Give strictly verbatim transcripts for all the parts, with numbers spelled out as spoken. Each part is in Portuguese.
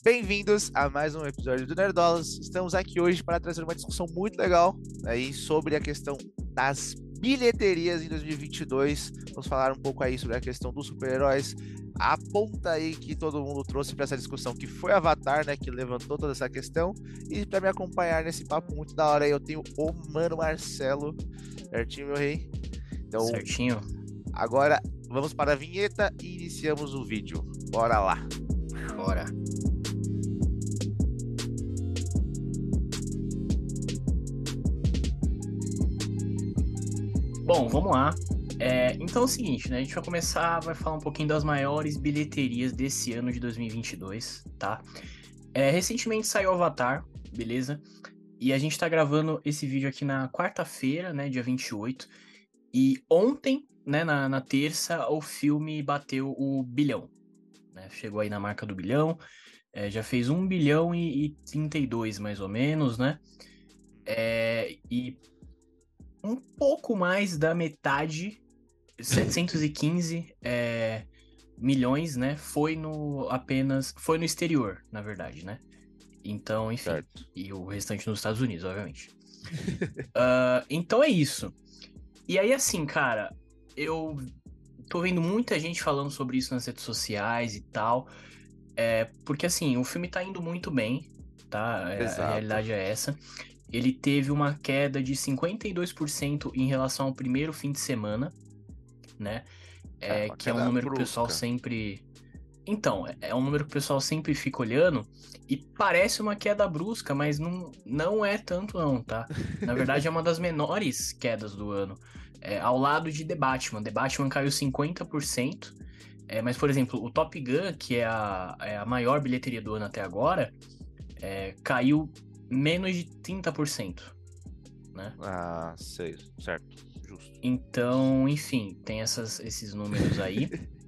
Bem-vindos a mais um episódio do Nerdolas. Estamos aqui hoje para trazer uma discussão muito legal aí sobre a questão das bilheterias em dois mil e vinte e dois. Vamos falar um pouco aí sobre a questão dos super-heróis. A ponta aí que todo mundo trouxe para essa discussão, que foi Avatar, né, que levantou toda essa questão. E para me acompanhar nesse papo muito da hora aí, eu tenho o Mano Marcelo. Certinho, meu rei? Então, Certinho. agora vamos para a vinheta e iniciamos o vídeo. Bora lá. Bora. Bom, vamos lá. É, então é o seguinte, né? A gente vai começar, vai falar um pouquinho das maiores bilheterias desse ano de dois mil e vinte e dois, tá? É, recentemente saiu Avatar, beleza? E a gente tá gravando esse vídeo aqui na quarta-feira, né? Dia vinte e oito. E ontem, né? Na, na terça, o filme bateu o bilhão, né? Chegou aí na marca do bilhão. É, já fez um bilhão e, e trinta e dois, mais ou menos, né? É, e um pouco mais da metade, setecentos e quinze é, milhões, né? Foi no apenas. Foi no exterior, na verdade, né? Então, enfim. Certo. E o restante nos Estados Unidos, obviamente. uh, então é isso. E aí, assim, cara, eu tô vendo muita gente falando sobre isso nas redes sociais e tal. É, porque, assim, o filme tá indo muito bem, tá? É, a Exato. realidade é essa. Ele teve uma queda de cinquenta e dois por cento em relação ao primeiro fim de semana, né? É, É, uma que é um queda número que o pessoal brusca. sempre... Então, é é um número que o pessoal sempre fica olhando e parece uma queda brusca, mas não, não é tanto não, tá? Na verdade, é uma das menores quedas do ano. É, ao lado de The Batman. The Batman caiu cinquenta por cento. É, mas, por exemplo, o Top Gun, que é a, é a maior bilheteria do ano até agora, é, caiu menos de trinta por cento, né? Ah, sei, certo, justo. Então, enfim, tem essas, esses números aí.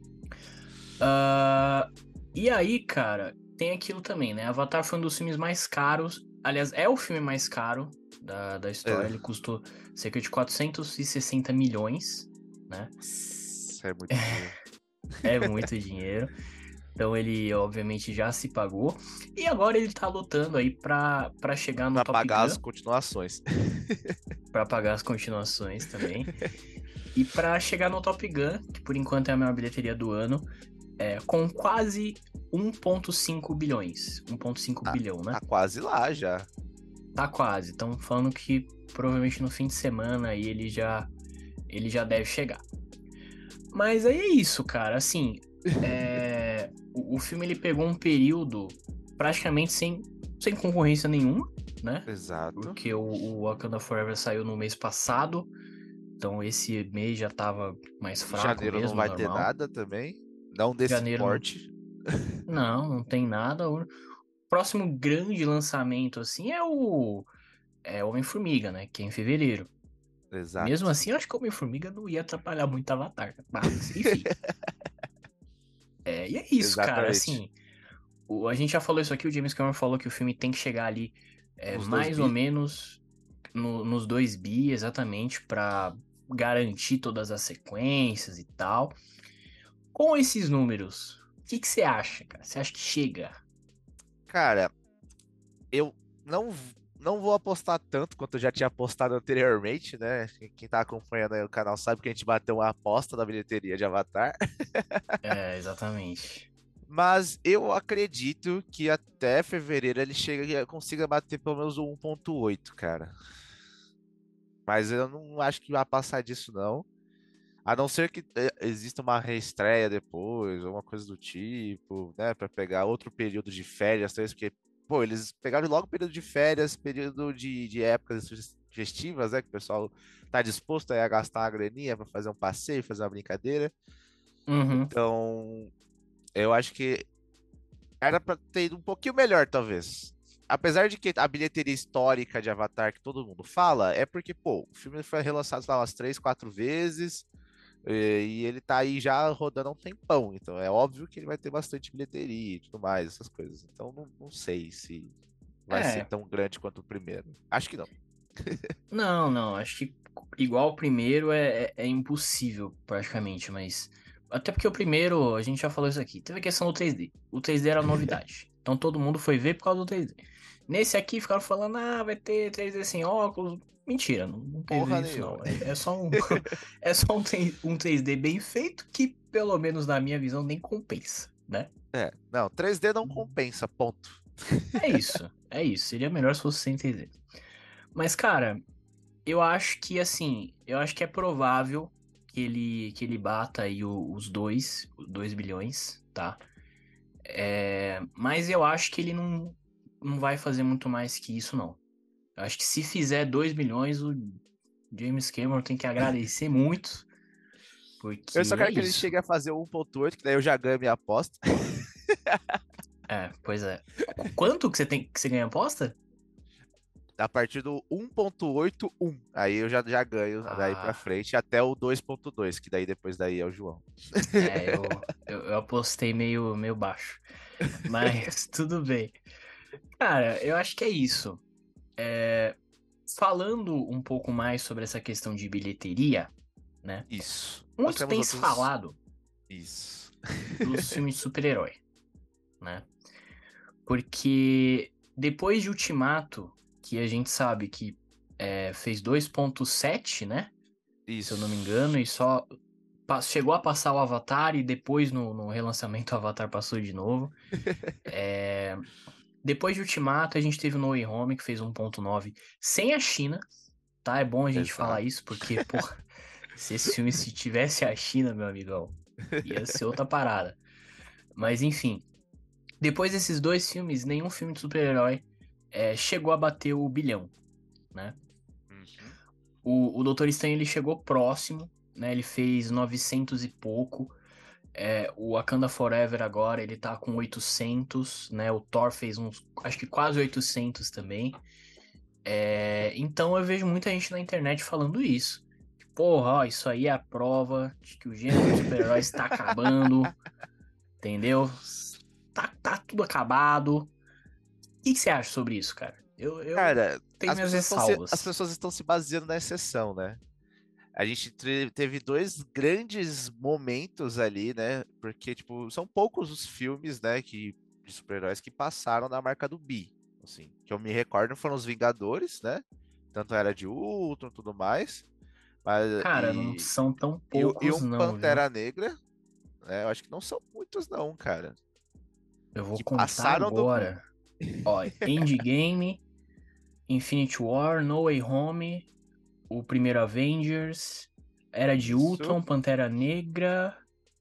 Uh, e aí, cara, tem aquilo também, né? Avatar foi um dos filmes mais caros. Aliás, é o filme mais caro da, da história. É, Ele custou cerca de quatrocentos e sessenta milhões, né? nossa, é muito dinheiro. É muito dinheiro. Então ele, obviamente, já se pagou. E agora ele tá lutando aí pra, pra chegar no Pra Top pagar as Gun, continuações. pra pagar as continuações também. E pra chegar no Top Gun, que por enquanto é a maior bilheteria do ano, é, com quase um vírgula cinco bilhões. um vírgula cinco Ah, bilhão, né? tá quase lá já. Tá quase. Estão falando que provavelmente no fim de semana aí ele já, ele já deve chegar. Mas aí é isso, cara. Assim, é, o, o filme ele pegou um período praticamente sem, sem concorrência nenhuma, né? Exato. Porque o, o Wakanda Forever saiu no mês passado. Então esse mês já tava mais Em fraco janeiro não mesmo, vai ter normal. nada também. Não desse Janeiro não, porte. não, não tem nada. O próximo grande lançamento, assim, é o é Homem-Formiga, né? Que é em fevereiro. Mesmo Exato. assim, eu acho que o Homem-Formiga não ia atrapalhar muito Avatar. Mas, enfim. É, e é isso, cara. Exatamente. Assim, o, a gente já falou isso aqui, o James Cameron falou que o filme tem que chegar ali é, Nos dois mais ou bi. menos no- nos dois bi, exatamente, pra garantir todas as sequências e tal. Com esses números, o que que você acha, cara? Você acha que chega? Cara, eu não, não vou apostar tanto quanto eu já tinha apostado anteriormente, né? Quem quem tá acompanhando aí o canal sabe que a gente bateu uma aposta da bilheteria de Avatar. É, exatamente. Mas eu acredito que até fevereiro ele chega, consiga bater pelo menos o um ponto oito, cara. Mas eu não acho que vai passar disso, não. A não ser que eh, exista uma reestreia depois, ou uma coisa do tipo, né? Pra pegar outro período de férias, talvez, porque, pô, eles pegaram logo período de férias, período de, de épocas festivas, né? Que o pessoal tá disposto aí a gastar uma graninha pra fazer um passeio, fazer uma brincadeira. Uhum. Então, eu acho que era pra ter ido um pouquinho melhor, talvez. Apesar de que a bilheteria histórica de Avatar que todo mundo fala, é porque, pô, o filme foi relançado lá umas três, quatro vezes, e, e ele tá aí já rodando há um tempão. Então é óbvio que ele vai ter bastante bilheteria e tudo mais, essas coisas. Então não, não sei se vai ser É, tão grande quanto o primeiro. Acho que não. não, não, acho que igual o primeiro é, é, é impossível, praticamente, mas. Até porque o primeiro, a gente já falou isso aqui, teve a questão do três D. O três D era novidade. Então todo mundo foi ver por causa do três D. Nesse aqui ficaram falando, ah, vai ter três D sem óculos. Mentira, não, não teve Porra isso nenhuma. não. É, é só, um, é só um, três- um três D bem feito que, pelo menos na minha visão, nem compensa, né? É, não, três D não compensa, ponto. É isso, é isso. Seria melhor se fosse sem três D. Mas, cara, eu acho que, assim, eu acho que é provável que ele, que ele bata aí o- os dois, os dois bilhões, tá? É, mas eu acho que ele não, não vai fazer muito mais que isso, não. Eu acho que se fizer dois bilhões, o James Cameron tem que agradecer muito, Eu só porque é quero que ele isso. chegue a fazer o um ponto oito, que daí eu já ganho minha aposta. É, pois é. Qu- Quanto que você tem que você ganha aposta? A partir do um ponto oito um. Aí eu já, já ganho daí pra Ah, frente até o dois ponto dois, que daí depois daí é o João. é, eu, eu, eu apostei meio, meio baixo. Mas tudo bem. Cara, eu acho que é isso. É, falando um pouco mais sobre essa questão de bilheteria, né? Isso. Nós Muito temos tem se outros. falado Isso. dos filmes de super-herói, né? Porque depois de Ultimato, que a gente sabe que é, fez dois ponto sete, né? Se eu não me engano, Isso. e só pa- chegou a passar o Avatar e depois no, no relançamento o Avatar passou de novo. É, depois de Ultimato, a gente teve o No Way Home, que fez um ponto nove sem a China, tá? É bom a gente falar Exato. isso, porque, pô, se esse filme se tivesse a China, meu amigão, ia ser outra parada. Mas enfim, depois desses dois filmes, nenhum filme de super-herói é, chegou a bater o bilhão, né? Uhum. O, o Doutor Estranho ele chegou próximo, né? Ele fez novecentos e pouco. É, o Wakanda Forever agora ele tá com oitocentos, né? O Thor fez uns, acho que quase oitocentos também. É, então eu vejo muita gente na internet falando isso. Porra, ó, isso aí é a prova de que o gênero de super-heróis está acabando, entendeu? Tá, tá tudo acabado. O que, que você acha sobre isso, cara? Eu, eu Cara, tenho as minhas pessoas estão se, as ressalvas. pessoas estão se baseando na exceção, né? A gente tre- teve dois grandes momentos ali, né? Porque, tipo, são poucos os filmes, né, que, de super-heróis que passaram da marca do bi. Assim, que eu me recordo foram os Vingadores, né? Tanto era de Ultron e tudo mais. Mas, Cara, não e, são tão e, o- e poucos, um não, viu? Pantera Negra, né? Eu acho que não são muitos, não, cara. Eu vou Que contar passaram do bi. agora. Ó, Endgame, Infinity War, No Way Home, o primeiro Avengers, Era de Isso. Ultron, Pantera Negra,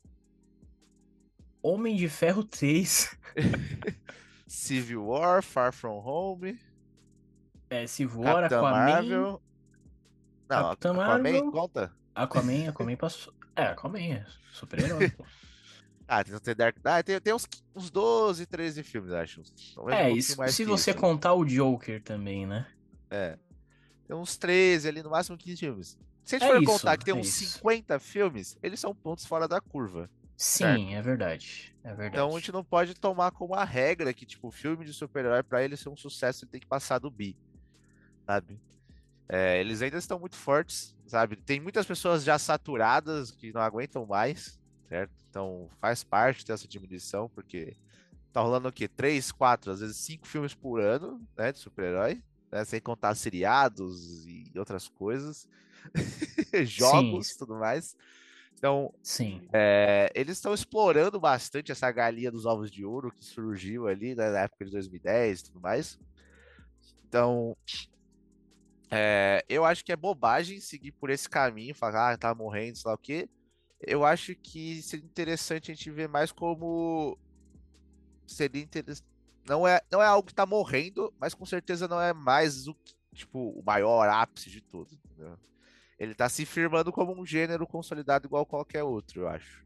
Homem de Ferro três, Civil War, Far From Home, é, Civil War, Capitã Aquaman, Marvel. Não, Capitã Aquaman Marvel, conta? Aquaman, Aquaman passou. É, Aquaman é super-herói, pô. Ah, tem, tem Dark Knight, tem, tem uns, uns doze, treze filmes, acho. Talvez um É, pouquinho isso, mais se que você isso. contar o Joker também, né? É. Tem uns treze ali, no máximo quinze filmes. Se a gente É for isso, contar que tem é uns isso. cinquenta filmes, eles são pontos fora da curva, certo? Sim, é verdade, é Então a gente verdade. não pode tomar como a regra que, tipo, o filme de super-herói, pra ele ser um sucesso, ele tem que passar do bi, sabe? É, eles ainda estão muito fortes, sabe? Tem muitas pessoas já saturadas que não aguentam mais, certo? Então faz parte dessa diminuição, porque tá rolando o quê? Três, quatro, às vezes cinco filmes por ano, né, de super-herói, né? Sem contar seriados e outras coisas, Sim, jogos, tudo mais. Então, sim, é, eles estão explorando bastante essa galinha dos ovos de ouro que surgiu ali, né, na época de dois mil e dez e tudo mais. Então, é, eu acho que é bobagem seguir por esse caminho, falar, ah, tá morrendo, sei lá o quê. Eu acho que seria interessante a gente ver mais como seria interessante. Não é, não é algo que tá morrendo, mas com certeza não é mais o, tipo, o maior ápice de tudo, entendeu? Ele tá se firmando como um gênero consolidado igual qualquer outro, eu acho.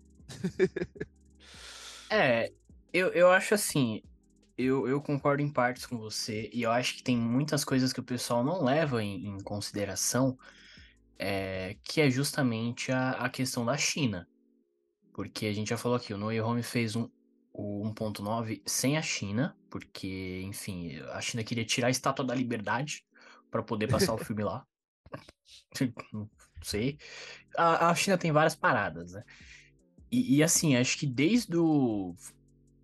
é, eu, eu acho assim, eu, eu concordo em partes com você, e eu acho que tem muitas coisas que o pessoal não leva em, em consideração, é, que é justamente a, a questão da China. Porque a gente já falou aqui, o No Way Home fez um, o um ponto nove sem a China, porque, enfim, a China queria tirar a Estátua da Liberdade para poder passar o filme lá. Não sei. A, a China tem várias paradas, né? E, e, assim, acho que desde o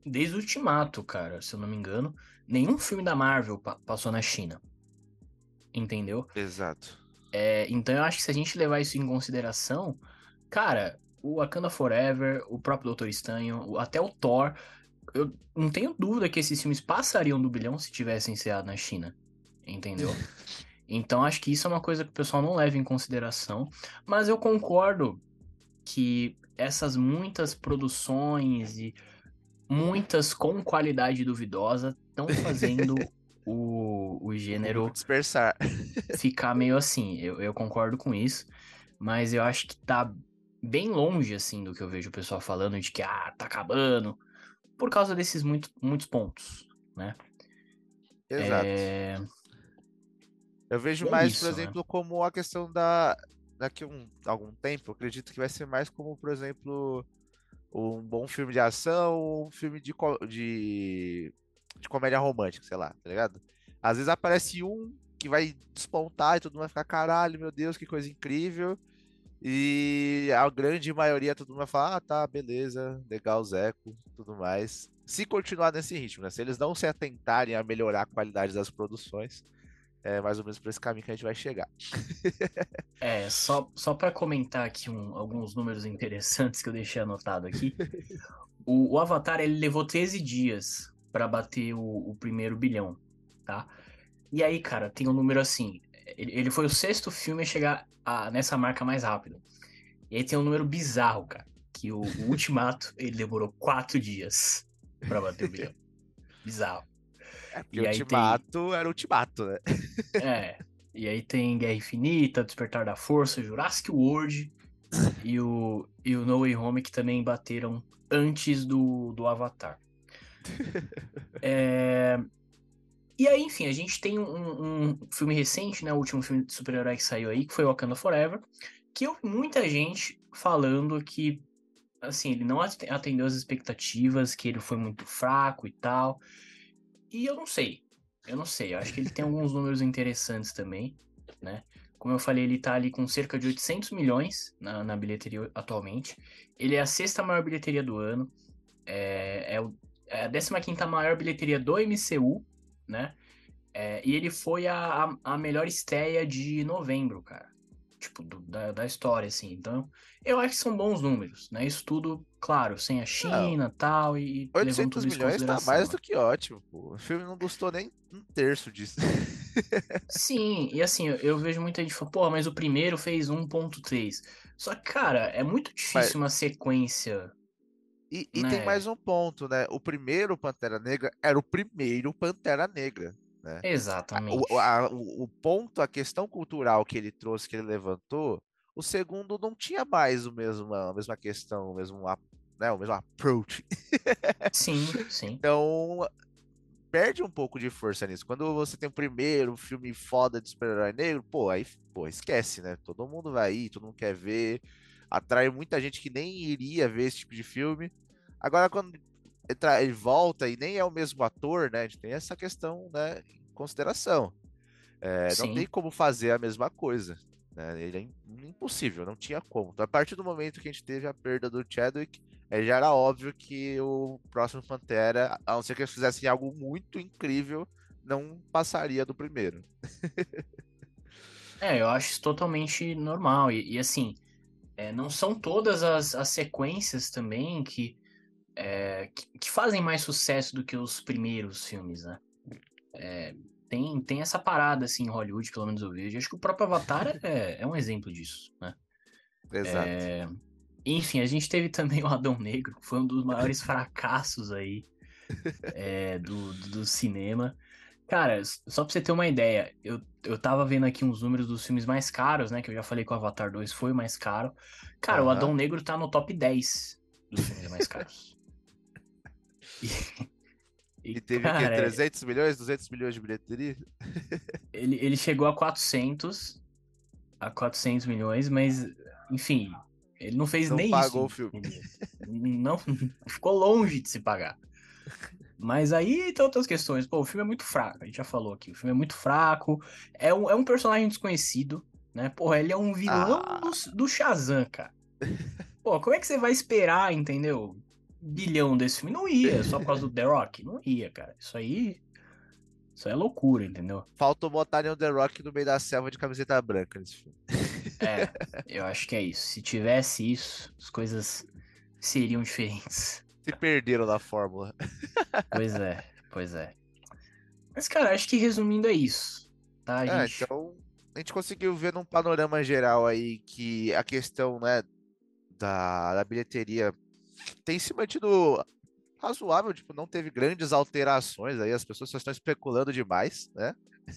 desde o Ultimato, cara, se eu não me engano, nenhum filme da Marvel pa- passou na China, entendeu? Exato. É, então eu acho que se a gente levar isso em consideração, cara, o Wakanda Forever, o próprio Doutor Estranho, o- até o Thor, eu não tenho dúvida que esses filmes passariam do bilhão se tivessem estreado na China, entendeu? Então acho que isso é uma coisa que o pessoal não leva em consideração, mas eu concordo que essas muitas produções e muitas com qualidade duvidosa estão fazendo o, o O público gênero dispersar. ficar meio assim. Eu, eu concordo com isso, mas eu acho que tá bem longe, assim, do que eu vejo o pessoal falando de que, ah, tá acabando, por causa desses muito, muitos pontos, né? Exato. É... Eu vejo e é mais, por isso, né? exemplo, como a questão da. Daqui a um, algum tempo, eu acredito que vai ser mais como, por exemplo, um bom filme de ação ou um filme de, co- de, de comédia romântica, sei lá, tá ligado? Às vezes aparece um que vai despontar e todo mundo vai ficar, caralho, meu Deus, que coisa incrível. E a grande maioria, todo mundo vai falar, ah, tá, beleza, legal, Zeco, tudo mais. Se continuar nesse ritmo, né? Se eles não se atentarem a melhorar a qualidade das produções, é mais ou menos por esse caminho que a gente vai chegar. É, só, só para comentar aqui um- alguns números interessantes que eu deixei anotado aqui. O, o Avatar, ele levou treze dias para bater o, o primeiro bilhão, tá? E aí, cara, tem um número assim. Ele, ele foi o sexto filme a chegar a- nessa marca mais rápido. E aí tem um número bizarro, cara. Que o, o Ultimato, ele demorou quatro dias pra bater o bilhão. Bizarro. É porque E aí tem. Ultimato era Ultimato, né? É. E aí tem Guerra Infinita, Despertar da Força, Jurassic World e o, e o No Way Home, que também bateram antes do, do Avatar. É, e aí, enfim, a gente tem um, um filme recente, né? O último filme de super-herói que saiu aí, que foi Wakanda Forever, que eu vi muita gente falando que, assim, ele não ate- atendeu as expectativas, que ele foi muito fraco e tal. E eu não sei. Eu não sei. Eu acho que ele tem alguns números interessantes também, né? Como eu falei, ele tá ali com cerca de oitocentos milhões na, na bilheteria atualmente. Ele é a sexta maior bilheteria do ano. É, é, o- é a décima quinta maior bilheteria do M C U, né? É, e ele foi a, a, a melhor estreia de novembro, cara. Tipo, do- da, da história, assim. Então, eu acho que são bons números, né? Isso tudo, claro, sem a Não, China tal, e levando oitocentos tudo isso em milhões tá consideração, mais né? do que ótimo, pô. O filme não custou nem um terço disso. Sim, e assim, eu, eu vejo muita gente falando, pô, mas o primeiro fez um ponto três. Só que, cara, é muito Mas, difícil uma sequência, e, e tem né? mais um ponto, né? O primeiro Pantera Negra era o primeiro Pantera Negra, né? A- O, Exatamente. a- o, o ponto, a questão cultural que ele trouxe, que ele levantou, o segundo não tinha mais o mesmo, a mesma questão, o mesmo, a- né, o mesmo approach. Sim, sim, Então, perde um pouco de força nisso. Quando você tem o primeiro filme foda de super-herói negro, pô, aí, pô, esquece, né? Todo mundo vai ir, todo mundo quer ver, atrai muita gente que nem iria ver esse tipo de filme. Agora, quando ele, tra- ele volta e nem é o mesmo ator, né? A gente tem essa questão, né, em consideração. É, não tem sim. como fazer a mesma coisa. Né? Ele é im- impossível, não tinha como. Então, a partir do momento que a gente teve a perda do Chadwick, é, já era óbvio que o próximo Pantera, a não ser que eles fizessem algo muito incrível, não passaria do primeiro. É, eu acho isso totalmente normal. E, e, assim, é, não são todas as, as sequências também que, é, que, que fazem mais sucesso do que os primeiros filmes, né? Tem, tem essa parada, assim, em Hollywood, pelo menos eu vejo. Acho que o próprio Avatar é, é um exemplo disso, né? Exato. Enfim, a gente teve também o Adão Negro, que foi um dos maiores fracassos aí é, do, do, do cinema. Cara, s- só pra você ter uma ideia, eu, eu tava vendo aqui uns números dos filmes mais caros, né? Que eu já falei que o Avatar dois foi o mais caro. Cara, o Aham. Adão Negro tá no top dez dos filmes mais caros. E, E e, teve o quê? cara, trezentos milhões, duzentos milhões de bilheteria? ele, ele chegou a quatrocentos, a quatrocentos milhões, mas, enfim, ele não fez Não nem isso pagou o em, filme. em dinheiro. Não, ficou longe de se pagar. Mas aí tem outras questões. Pô, o filme é muito fraco, a gente já falou aqui. O filme é muito fraco. É um, é um personagem desconhecido, né? Porra, ele é um vilão do, Ah, do Shazam, cara. Pô, como é que você vai esperar, entendeu? bilhão desse filme? Não ia, só por causa do The Rock? Não ia, cara. Isso aí, isso aí é loucura, entendeu? Faltou botarem o The Rock no meio da selva de camiseta branca nesse filme. É, eu acho que é isso. Se tivesse isso, as coisas seriam diferentes. Se perderam na fórmula. Pois é, pois é. Mas, cara, acho que resumindo é isso, tá? A É, gente. então a gente conseguiu ver num panorama geral aí que a questão, né, da, da bilheteria tem se mantido razoável, tipo, não teve grandes alterações aí, as pessoas só estão especulando demais, né?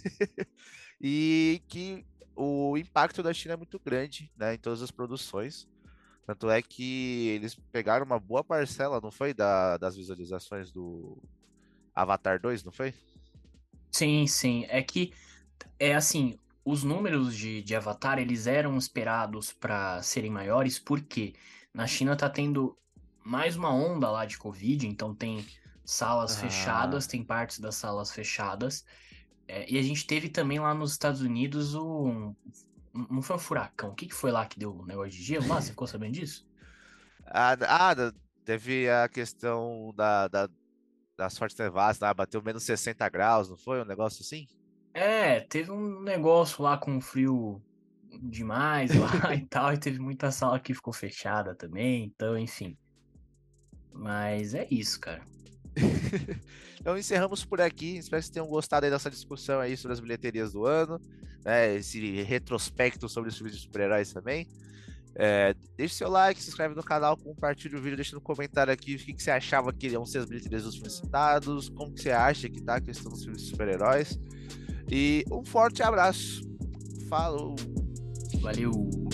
E que o impacto da China é muito grande, né, em todas as produções. Tanto é que eles pegaram uma boa parcela, não foi, da, das visualizações do Avatar dois, não foi? Sim, sim. É que, é assim, os números de, de Avatar, eles eram esperados para serem maiores, porque na China tá tendo mais uma onda lá de Covid, então tem salas Ah, fechadas, tem partes das salas fechadas. É, e a gente teve também lá nos Estados Unidos o. um- Não foi um furacão. O que que foi lá que deu o negócio de gelo lá? Você ficou sabendo disso? ah, ah, da- teve a questão da, da, das fortes nevadas, lá, bateu menos sessenta graus, não foi? Um negócio assim? É, teve um negócio lá com frio demais lá e tal, e teve muita sala que ficou fechada também, então, enfim. Mas é isso, cara. Então encerramos por aqui. Espero que vocês tenham gostado aí dessa discussão aí sobre as bilheterias do ano, né? Esse retrospecto sobre os filmes de super-heróis também. É, deixe seu like, se inscreve no canal, compartilha o vídeo, deixa no comentário aqui o que, que você achava que iriam ser as bilheterias dos filmes citados, como que você acha que tá a questão dos filmes de super-heróis. E um forte abraço. Falou! Valeu!